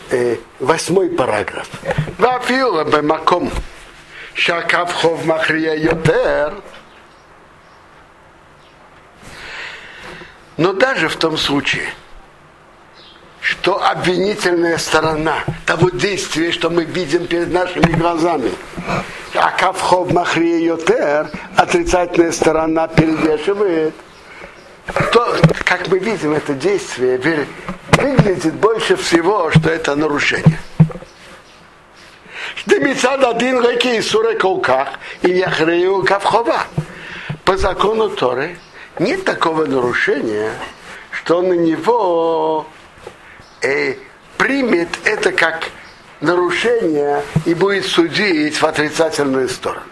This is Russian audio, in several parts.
8 параграф. Вафила бемаком шакав хов махрия йотер. Но даже в том случае, что обвинительная сторона того действия, что мы видим перед нашими глазами, акав хов махрия йотер, отрицательная сторона перевешивает, то, как мы видим, это действие выглядит больше всего, что это нарушение. По закону Торы нет такого нарушения, что на него примет это как нарушение и будет судить в отрицательную сторону.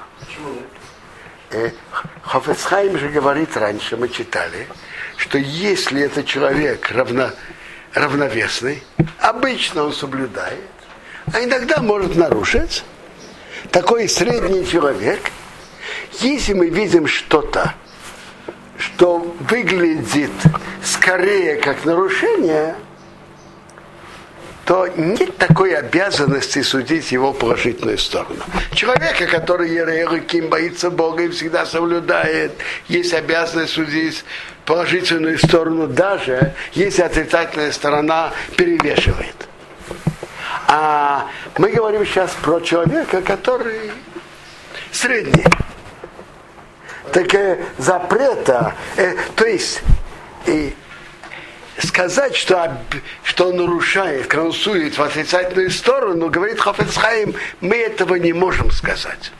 Хафец Хаим же говорит раньше, мы читали, что если это человек равновесный, обычно он соблюдает, а иногда может нарушить, такой средний человек, если мы видим что-то, что выглядит скорее как нарушение, то нет такой обязанности судить его положительную сторону. Человека, который ерехим, боится Бога и всегда соблюдает, есть обязанность судить положительную сторону, даже если отрицательная сторона перевешивает. А мы говорим сейчас про человека, который средний. Так запрета, то есть сказать, что он нарушает, кранцует в отрицательную сторону, говорит Хафец Хаим, мы этого не можем сказать.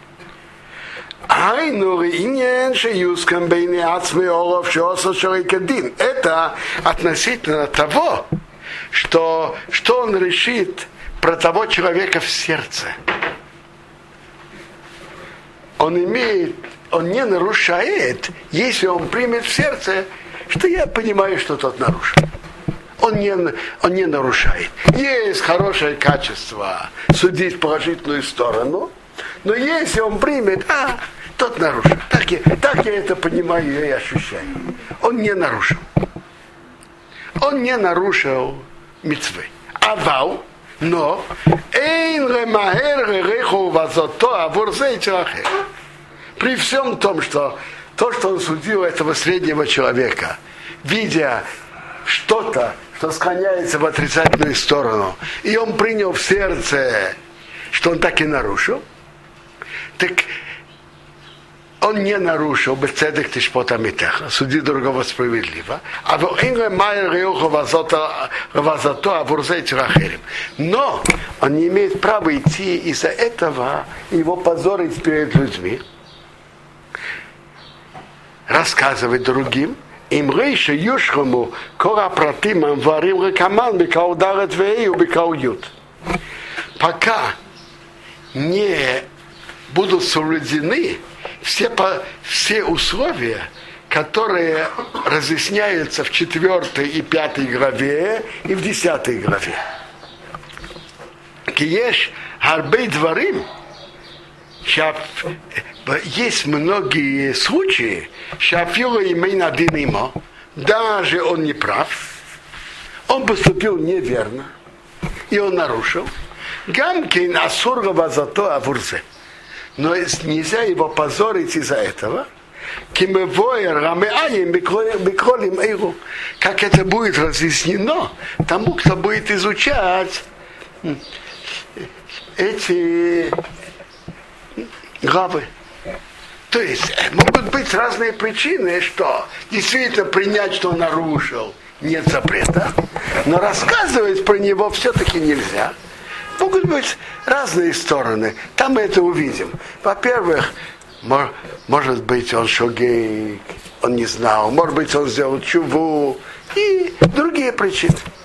Это относительно того, что он решит про того человека в сердце. Он не нарушает, если он примет в сердце, что я понимаю, что тот нарушил. Он не нарушает. Есть хорошее качество судить в положительную сторону, но если он примет, тот нарушил. Так я это понимаю и ощущаю. Он не нарушил. Он не нарушил мицвы. Авал, но при всем том, что то, что он судил этого среднего человека, видя что-то, что склоняется в отрицательную сторону, и он принял в сердце, что он так и нарушил, так он не нарушил бецедек тишпот амитеха, суди другого справедливо, но он не имеет права идти из-за этого его позорить перед людьми, рассказывать другим, им рейша юшхаму кора пратимам варим рекаман бекаударет вею бекаудют. Пока не будут соблюдены все условия, которые разъясняются в 4 и 5 главе и в 10 главе. Киеш харбей дворим, есть многие случаи, шафила имей один имо, даже он не прав, он поступил неверно, и он нарушил. Гамкин асургава зато авурзе. Но нельзя его позорить из-за этого. Как это будет разъяснено тому, кто будет изучать эти главы. То есть могут быть разные причины, что действительно принять, что он нарушил, нет запрета, но рассказывать про него все-таки нельзя. Могут быть разные стороны. Там мы это увидим. Во-первых, может быть, он шогейк, он не знал, может быть, он сделал чуву и другие причины.